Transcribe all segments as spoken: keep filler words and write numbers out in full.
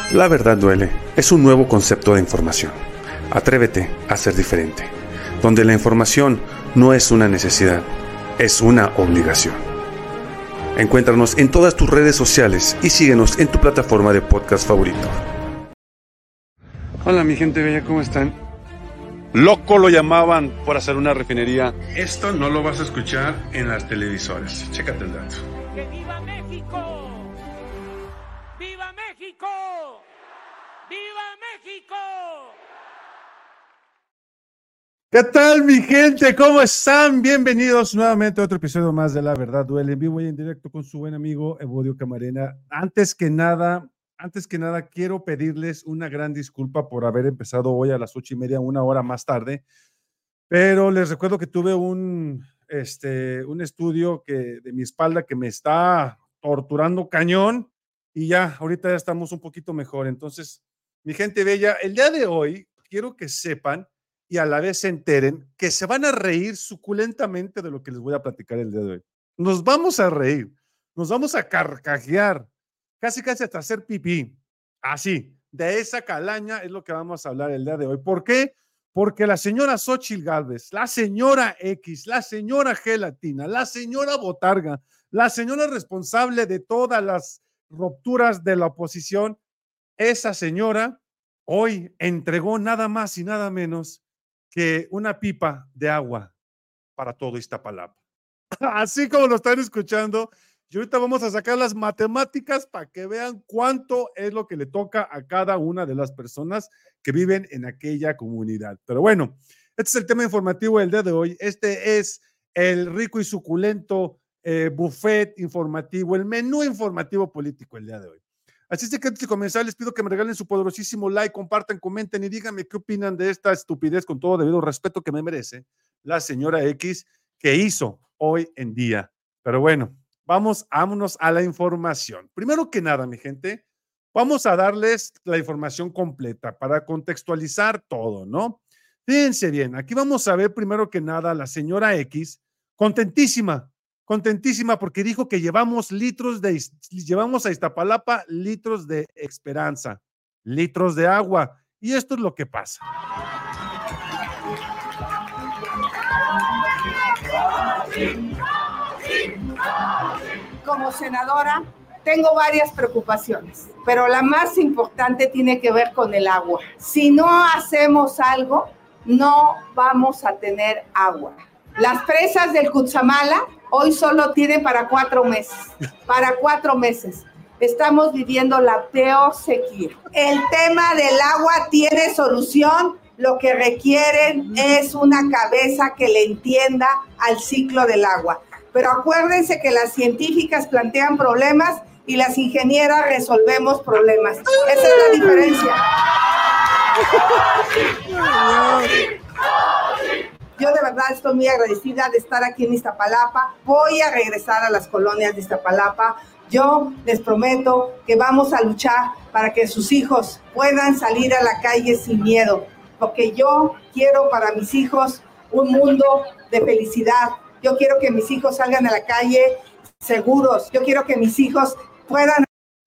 La verdad duele es un nuevo concepto de información. Atrévete a ser diferente, donde la información no es una necesidad, es una obligación. Encuéntranos en todas tus redes sociales y síguenos en tu plataforma de podcast favorito. Hola mi gente bella, ¿cómo están? Loco lo llamaban por hacer una refinería. Esto no lo vas a escuchar en las televisoras. Chécate el dato. ¡Que viva México! ¡Viva México! ¡Viva México! ¿Qué tal mi gente? ¿Cómo están? Bienvenidos nuevamente a otro episodio más de La Verdad Duele, en vivo y en directo con su buen amigo Evodio Camarena. Antes que nada, antes que nada quiero pedirles una gran disculpa por haber empezado hoy a las ocho y media, una hora más tarde, pero les recuerdo que tuve un, este, un estudio que, de mi espalda que me está torturando cañón y ya, ahorita ya estamos un poquito mejor. Entonces, mi gente bella, el día de hoy quiero que sepan y a la vez se enteren que se van a reír suculentamente de lo que les voy a platicar el día de hoy. Nos vamos a reír, nos vamos a carcajear, casi casi hasta hacer pipí. Así, de esa calaña es lo que vamos a hablar el día de hoy. ¿Por qué? Porque la señora Xóchitl Gálvez, la señora X, la señora Gelatina, la señora Botarga, la señora responsable de todas las rupturas de la oposición, esa señora hoy entregó nada más y nada menos que una pipa de agua para todo Iztapalapa. Así como lo están escuchando, y ahorita vamos a sacar las matemáticas para que vean cuánto es lo que le toca a cada una de las personas que viven en aquella comunidad. Pero bueno, este es el tema informativo del día de hoy. Este es el rico y suculento eh, buffet informativo, el menú informativo político el día de hoy. Así es que antes de comenzar les pido que me regalen su poderosísimo like, compartan, comenten y díganme qué opinan de esta estupidez con todo debido respeto que me merece la señora X que hizo hoy en día. Pero bueno, vamos, vámonos a la información. Primero que nada, mi gente, vamos a darles la información completa para contextualizar todo, ¿no? Fíjense bien, aquí vamos a ver primero que nada a la señora X contentísima. Contentísima porque dijo que llevamos litros de, llevamos a Iztapalapa litros de esperanza, litros de agua. Y esto es lo que pasa. Como senadora, tengo varias preocupaciones, pero la más importante tiene que ver con el agua. Si no hacemos algo, no vamos a tener agua. Las presas del Cutzamala hoy solo tienen para cuatro meses, para cuatro meses. Estamos viviendo la peor sequía. El tema del agua tiene solución. Lo que requieren es una cabeza que le entienda al ciclo del agua. Pero acuérdense que las científicas plantean problemas y las ingenieras resolvemos problemas. Esa es la diferencia. Yo de verdad estoy muy agradecida de estar aquí en Iztapalapa. Voy a regresar a las colonias de Iztapalapa. Yo les prometo que vamos a luchar para que sus hijos puedan salir a la calle sin miedo. Porque yo quiero para mis hijos un mundo de felicidad. Yo quiero que mis hijos salgan a la calle seguros. Yo quiero que mis hijos puedan...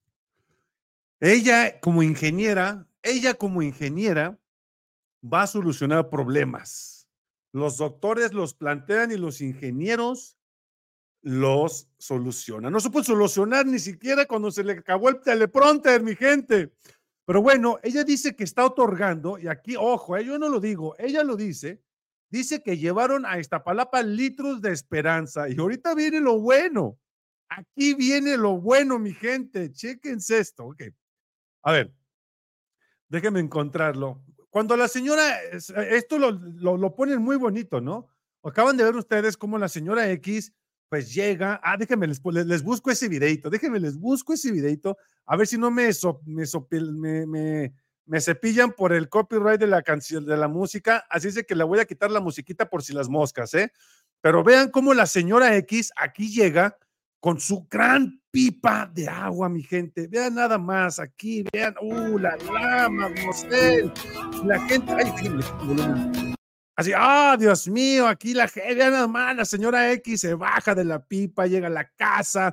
Ella como ingeniera, ella como ingeniera va a solucionar problemas. Los doctores los plantean y los ingenieros los solucionan. No se puede solucionar ni siquiera cuando se le acabó el teleprompter, mi gente. Pero bueno, ella dice que está otorgando, y aquí, ojo, eh, yo no lo digo, ella lo dice, dice que llevaron a Iztapalapa litros de esperanza. Y ahorita viene lo bueno. Aquí viene lo bueno, mi gente. Chéquense esto. Ok. A ver, déjenme encontrarlo. Cuando la señora, esto lo, lo, lo ponen muy bonito, ¿no? Acaban de ver ustedes cómo la señora X, pues llega, ah, déjenme, les, les busco ese videito, déjenme, les busco ese videito, a ver si no me, so, me, sopil, me, me, me cepillan por el copyright de la canción, de la música, así es de que le voy a quitar la musiquita por si las moscas, ¿eh? Pero vean cómo la señora X aquí llega con su gran pipa de agua, mi gente. Vean nada más aquí, vean, uh, la lama, no sé, la gente, ay, díganme, así, ah, oh, Dios mío, aquí la gente, vean nada más, la señora X se baja de la pipa, llega a la casa,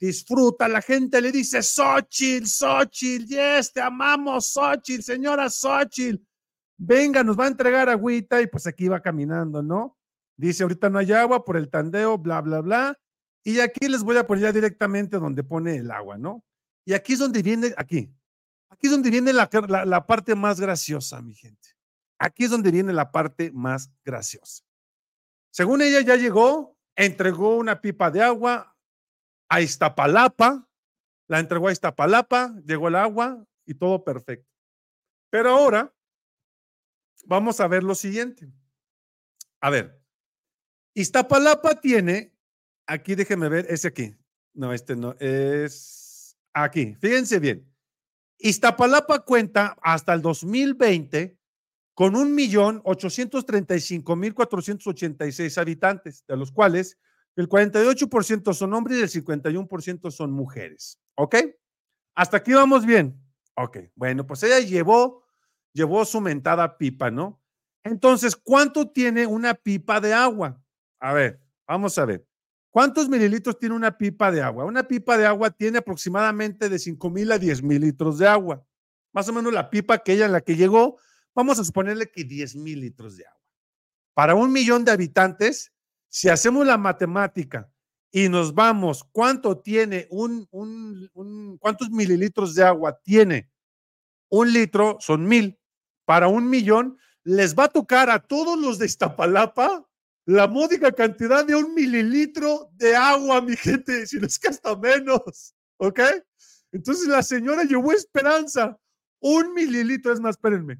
disfruta, la gente le dice, Xóchitl, Xóchitl, yes, te amamos, Xóchitl, señora Xóchitl, venga, nos va a entregar agüita, y pues aquí va caminando, ¿no? Dice, ahorita no hay agua por el tandeo, bla, bla, bla, y aquí les voy a poner ya directamente donde pone el agua, ¿no? Y aquí es donde viene, aquí, aquí es donde viene la, la, la parte más graciosa, mi gente. Aquí es donde viene la parte más graciosa. Según ella ya llegó, entregó una pipa de agua a Iztapalapa, la entregó a Iztapalapa, llegó el agua y todo perfecto. Pero ahora vamos a ver lo siguiente. A ver, Iztapalapa tiene, aquí déjenme ver, ese aquí. No, este no, es aquí. Fíjense bien. Iztapalapa cuenta hasta el dos mil veinte con un millón ochocientos treinta y cinco mil cuatrocientos ochenta y seis habitantes, de los cuales el cuarenta y ocho por ciento son hombres y el cincuenta y uno por ciento son mujeres. ¿Ok? Hasta aquí vamos bien. Ok, bueno, pues ella llevó, llevó su mentada pipa, ¿no? Entonces, ¿cuánto tiene una pipa de agua? A ver, vamos a ver. ¿Cuántos mililitros tiene una pipa de agua? Una pipa de agua tiene aproximadamente de cinco mil a diez mil litros de agua. Más o menos la pipa que ella en la que llegó, vamos a suponerle que diez mil litros de agua. Para un millón de habitantes, si hacemos la matemática y nos vamos, ¿cuánto tiene un, un, un, cuántos mililitros de agua tiene un litro? Son mil. Para un millón, les va a tocar a todos los de Iztapalapa la módica cantidad de un mililitro de agua, mi gente, si no es que hasta menos, ¿ok? Entonces la señora llevó esperanza. Un mililitro, es más, espérenme.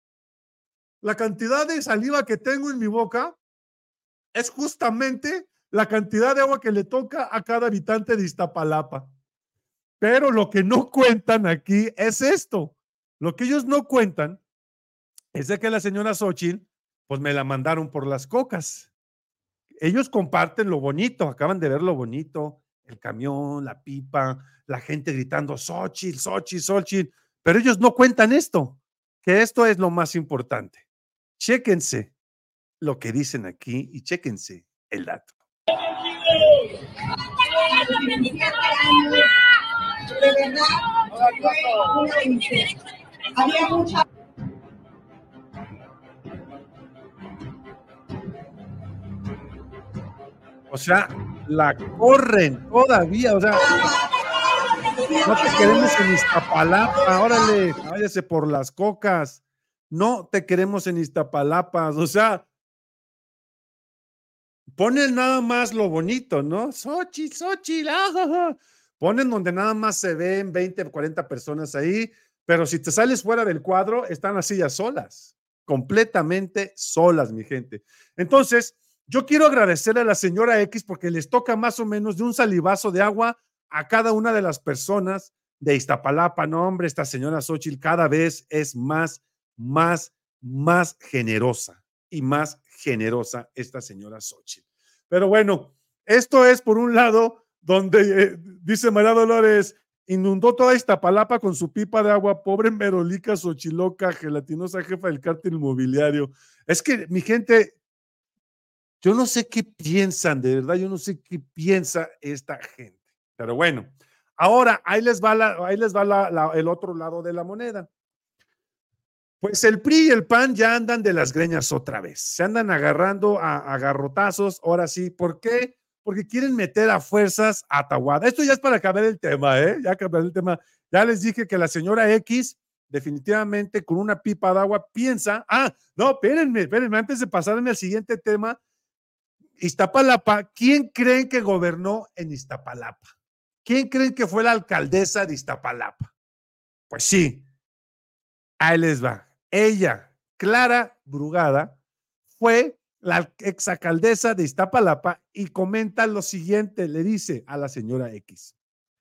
La cantidad de saliva que tengo en mi boca es justamente la cantidad de agua que le toca a cada habitante de Iztapalapa. Pero lo que no cuentan aquí es esto. Lo que ellos no cuentan es de que la señora Xóchitl, pues me la mandaron por las cocas. Ellos comparten lo bonito, acaban de ver lo bonito, el camión, la pipa, la gente gritando Xóchitl, Xóchitl, Xóchitl, pero ellos no cuentan esto, que esto es lo más importante. Chéquense lo que dicen aquí y chéquense el dato. De verdad, fue una injusticia. Había mucha. O sea, la corren todavía, o sea, no te queremos en Iztapalapa, órale, váyase por las cocas, no te queremos en Iztapalapa, o sea, ponen nada más lo bonito, ¿no? Xóchitl, Xóchitl, ah, ponen donde nada más se ven veinte, cuarenta personas ahí, pero si te sales fuera del cuadro, están así ya solas, completamente solas, mi gente. Entonces, yo quiero agradecerle a la señora X porque les toca más o menos de un salivazo de agua a cada una de las personas de Iztapalapa. No, hombre, esta señora Xóchitl cada vez es más, más, más generosa y más generosa esta señora Xóchitl. Pero bueno, esto es por un lado donde eh, dice María Dolores, inundó toda Iztapalapa con su pipa de agua, pobre Merolica Xochiloca, gelatinosa jefa del cártel inmobiliario. Es que, mi gente, yo no sé qué piensan, de verdad, yo no sé qué piensa esta gente. Pero bueno, ahora ahí les va, la, ahí les va la, la, el otro lado de la moneda. Pues el P R I y el P A N ya andan de las greñas otra vez. Se andan agarrando a, a garrotazos, ahora sí. ¿Por qué? Porque quieren meter a fuerzas a Tahuada. Esto ya es para acabar el tema, ¿eh? Ya acabar el tema. Ya les dije que la señora X definitivamente con una pipa de agua piensa, ah, no, espérenme, espérenme, antes de pasar en el siguiente tema, Iztapalapa, ¿quién creen que gobernó en Iztapalapa? ¿Quién creen que fue la alcaldesa de Iztapalapa? Pues sí, ahí les va. Ella, Clara Brugada, fue la exacalcaldesa de Iztapalapa y comenta lo siguiente, le dice a la señora X.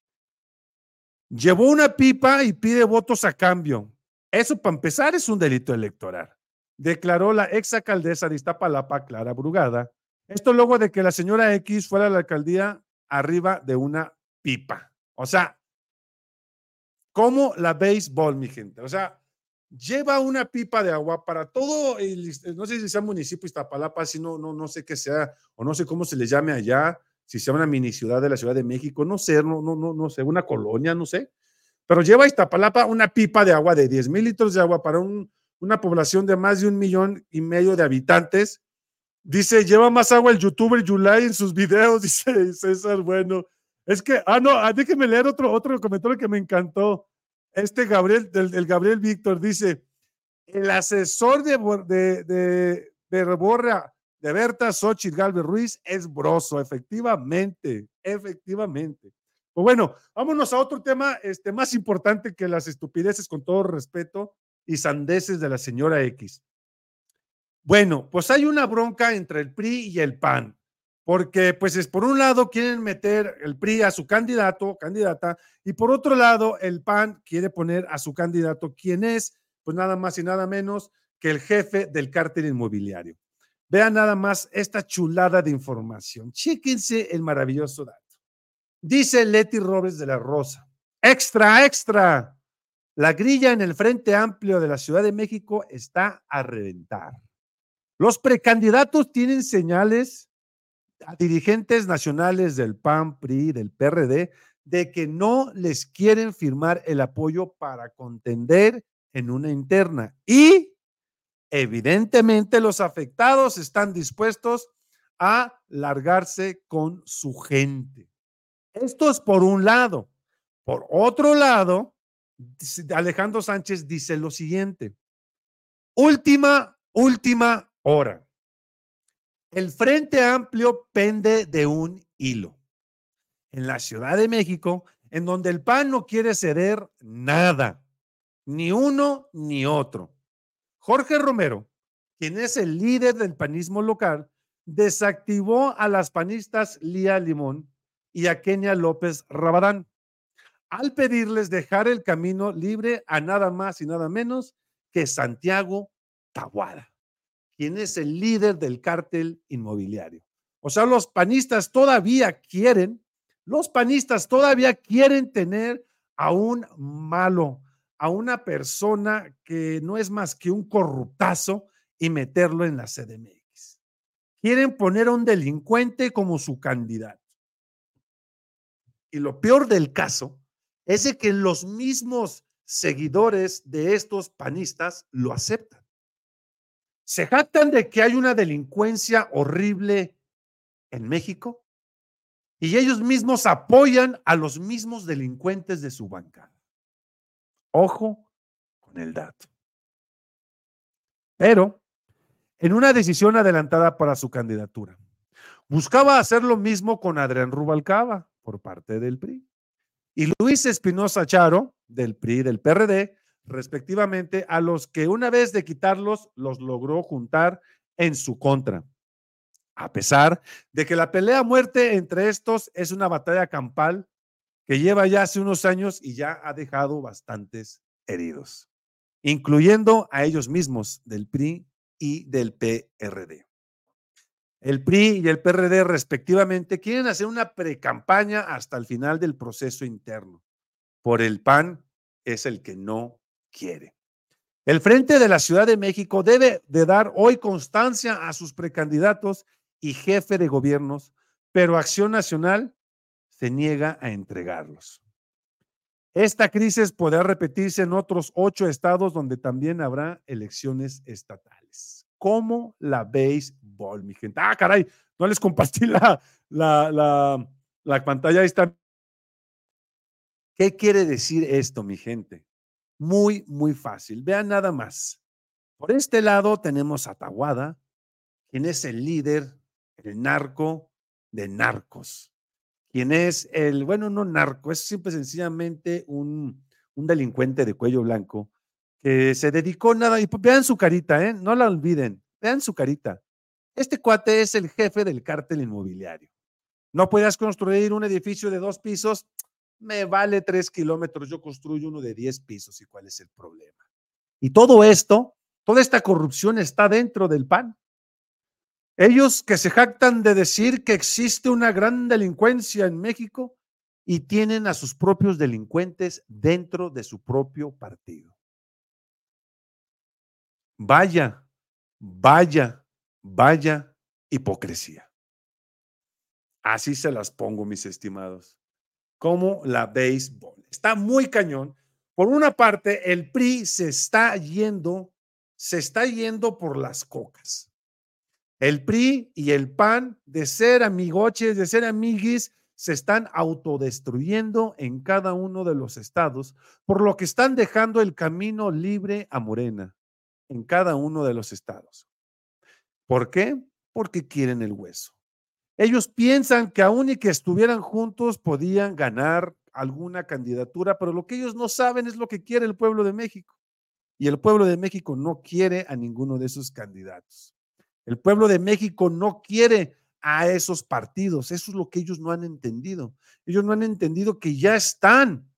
Llevó una pipa y pide votos a cambio. Eso, para empezar, es un delito electoral, declaró la exacalcaldesa de Iztapalapa, Clara Brugada. Esto luego de que la señora X fuera a la alcaldía arriba de una pipa. O sea, como la béisbol, mi gente. O sea, lleva una pipa de agua para todo el, no sé si sea municipio Iztapalapa, si no, no, no sé qué sea, o no sé cómo se le llame allá, si sea una mini ciudad de la Ciudad de México, no sé, no, no, no, no sé, una colonia, no sé, pero lleva a Iztapalapa una pipa de agua de diez mil litros de agua para un, una población de más de un millón y medio de habitantes. Dice, lleva más agua el youtuber Yulai en sus videos, dice César. Bueno, es que, ah, no, ah, déjeme leer otro, otro comentario que me encantó. Este Gabriel, del, del Gabriel Víctor, dice, el asesor de, de, de, de Borra, de Berta Xochitl Galvez Ruiz es Broso, efectivamente, efectivamente. Pues bueno, vámonos a otro tema este, más importante que las estupideces, con todo respeto, y sandeces de la señora X. Bueno, pues hay una bronca entre el P R I y el P A N, porque pues es, por un lado quieren meter el P R I a su candidato, candidata, y por otro lado el P A N quiere poner a su candidato, quien es, pues nada más y nada menos que el jefe del cártel inmobiliario. Vean nada más esta chulada de información. Chéquense el maravilloso dato. Dice Leti Robles de la Rosa, extra, extra, la grilla en el Frente Amplio de la Ciudad de México está a reventar. Los precandidatos tienen señales a dirigentes nacionales del P A N, P R I, del P R D, de que no les quieren firmar el apoyo para contender en una interna. Y evidentemente los afectados están dispuestos a largarse con su gente. Esto es por un lado. Por otro lado, Alejandro Sánchez dice lo siguiente. Última, última hora. El Frente Amplio pende de un hilo. En la Ciudad de México, en donde el P A N no quiere ceder nada, ni uno ni otro. Jorge Romero, quien es el líder del panismo local, desactivó a las panistas Lía Limón y a Kenia López Rabadán, al pedirles dejar el camino libre a nada más y nada menos que Santiago Taboada, quien es el líder del cártel inmobiliario. O sea, los panistas todavía quieren, los panistas todavía quieren tener a un malo, a una persona que no es más que un corruptazo y meterlo en la C D M X. Quieren poner a un delincuente como su candidato. Y lo peor del caso es de que los mismos seguidores de estos panistas lo aceptan. Se jactan de que hay una delincuencia horrible en México y ellos mismos apoyan a los mismos delincuentes de su bancada. Ojo con el dato. Pero en una decisión adelantada para su candidatura, buscaba hacer lo mismo con Adrián Rubalcaba por parte del P R I y Luis Espinosa Charo del P R I y del P R D, respectivamente, a los que una vez de quitarlos los logró juntar en su contra, a pesar de que la pelea a muerte entre estos es una batalla campal que lleva ya hace unos años y ya ha dejado bastantes heridos, incluyendo a ellos mismos del P R I y del P R D. El P R I y el P R D respectivamente quieren hacer una precampaña hasta el final del proceso interno. Por el P A N es el que no quiere. El Frente de la Ciudad de México debe de dar hoy constancia a sus precandidatos y jefe de gobiernos, pero Acción Nacional se niega a entregarlos. Esta crisis podrá repetirse en otros ocho estados donde también habrá elecciones estatales. ¿Cómo la béisbol, mi gente? Ah, caray, no les compartí la, la, la, la pantalla. Ahí está. ¿Qué quiere decir esto, mi gente? Muy, muy fácil. Vean nada más. Por este lado tenemos a Taboada, quien es el líder, el narco de narcos. Quien es el, bueno, no narco, es simple sencillamente un, un delincuente de cuello blanco que se dedicó nada, y vean su carita, ¿eh? No la olviden, vean su carita. Este cuate es el jefe del cártel inmobiliario. No puedas construir un edificio de dos pisos, me vale tres kilómetros, yo construyo uno de diez pisos, ¿y cuál es el problema? Y todo esto, toda esta corrupción está dentro del P A N. Ellos que se jactan de decir que existe una gran delincuencia en México y tienen a sus propios delincuentes dentro de su propio partido. Vaya, vaya, vaya hipocresía. Así se las pongo, mis estimados. Como la béisbol. Está muy cañón. Por una parte, el P R I se está yendo, se está yendo por las cocas. El P R I y el P A N, de ser amigoches, de ser amiguis, se están autodestruyendo en cada uno de los estados, por lo que están dejando el camino libre a Morena en cada uno de los estados. ¿Por qué? Porque quieren el hueso. Ellos piensan que aún y que estuvieran juntos podían ganar alguna candidatura, pero lo que ellos no saben es lo que quiere el pueblo de México. Y el pueblo de México no quiere a ninguno de esos candidatos. El pueblo de México no quiere a esos partidos. Eso es lo que ellos no han entendido. Ellos no han entendido que ya están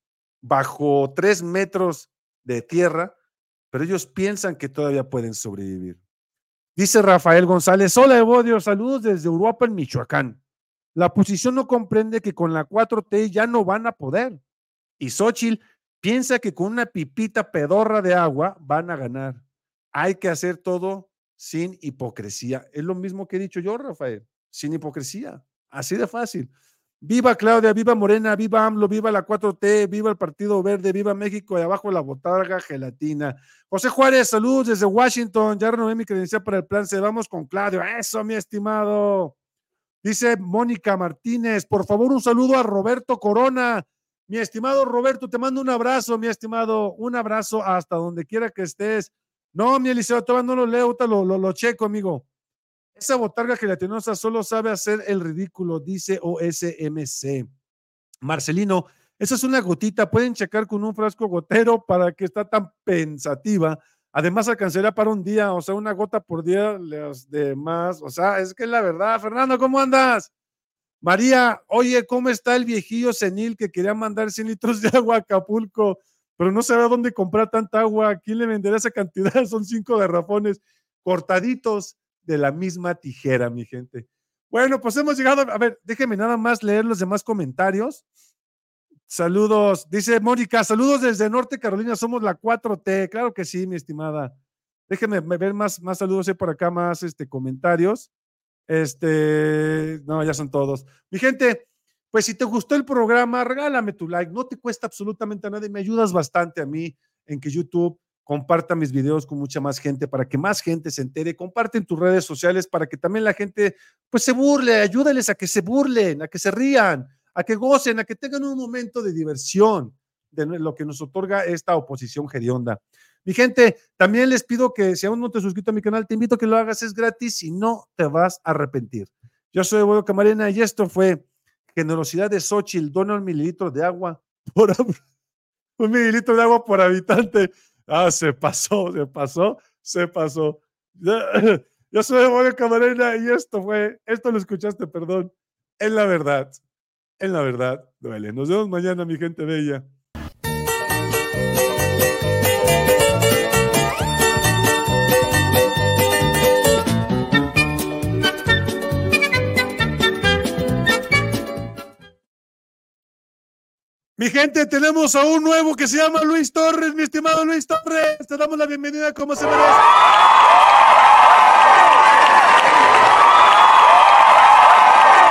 bajo tres metros de tierra, pero ellos piensan que todavía pueden sobrevivir. Dice Rafael González: hola Evodio, saludos desde Uruapan, Michoacán. La oposición no comprende que con la cuatro T ya no van a poder. Y Xóchitl piensa que con una pipita pedorra de agua van a ganar. Hay que hacer todo sin hipocresía. Es lo mismo que he dicho yo, Rafael, sin hipocresía. Así de fácil. Viva Claudia, viva Morena, viva AMLO, viva la cuatro T, viva el Partido Verde, viva México y abajo la botarga gelatina. José Juárez, saludos desde Washington. Ya renové mi credencial para el plan C. Vamos con Claudio. Eso, mi estimado. Dice Mónica Martínez, por favor, un saludo a Roberto Corona. Mi estimado Roberto, te mando un abrazo, mi estimado. Un abrazo hasta donde quiera que estés. No, mi Eliseo, todavía no lo leo, lo, lo, lo checo, amigo. Esa botarga gelatinosa solo sabe hacer el ridículo, dice O S M C. Marcelino, esa es una gotita, pueden checar con un frasco gotero para que está tan pensativa. Además alcanzaría para un día, o sea, una gota por día, los demás, o sea, es que es la verdad. Fernando, ¿cómo andas? María, oye, ¿cómo está el viejillo senil que quería mandar cien litros de agua a Acapulco, pero no sabe a dónde comprar tanta agua? ¿Quién le venderá esa cantidad? Son cinco garrafones cortaditos de la misma tijera, mi gente. Bueno, pues hemos llegado, a ver, déjenme nada más leer los demás comentarios. Saludos, dice Mónica, saludos desde Norte Carolina, somos la cuatro T, claro que sí, mi estimada. Déjenme ver más, más saludos ahí por acá, más este, comentarios. Este, no, ya son todos. Mi gente, pues si te gustó el programa, regálame tu like, no te cuesta absolutamente nada y me ayudas bastante a mí en que YouTube comparta mis videos con mucha más gente para que más gente se entere. Comparte en tus redes sociales para que también la gente pues se burle, ayúdales a que se burlen, a que se rían, a que gocen, a que tengan un momento de diversión de lo que nos otorga esta oposición hedionda. Mi gente, también les pido que si aún no te has suscrito a mi canal, te invito a que lo hagas, es gratis y no te vas a arrepentir. Yo soy Evodio Camarena y esto fue Generosidad de Xóchitl, dona un mililitro de agua por un mililitro de agua por habitante. Ah, se pasó, se pasó, se pasó. Yo soy Evodio Camarena y esto fue, esto lo escuchaste, perdón, en la verdad, en la verdad duele. Nos vemos mañana, mi gente bella. Mi gente, tenemos a un nuevo que se llama Luis Torres, mi estimado Luis Torres. Te damos la bienvenida como se merece.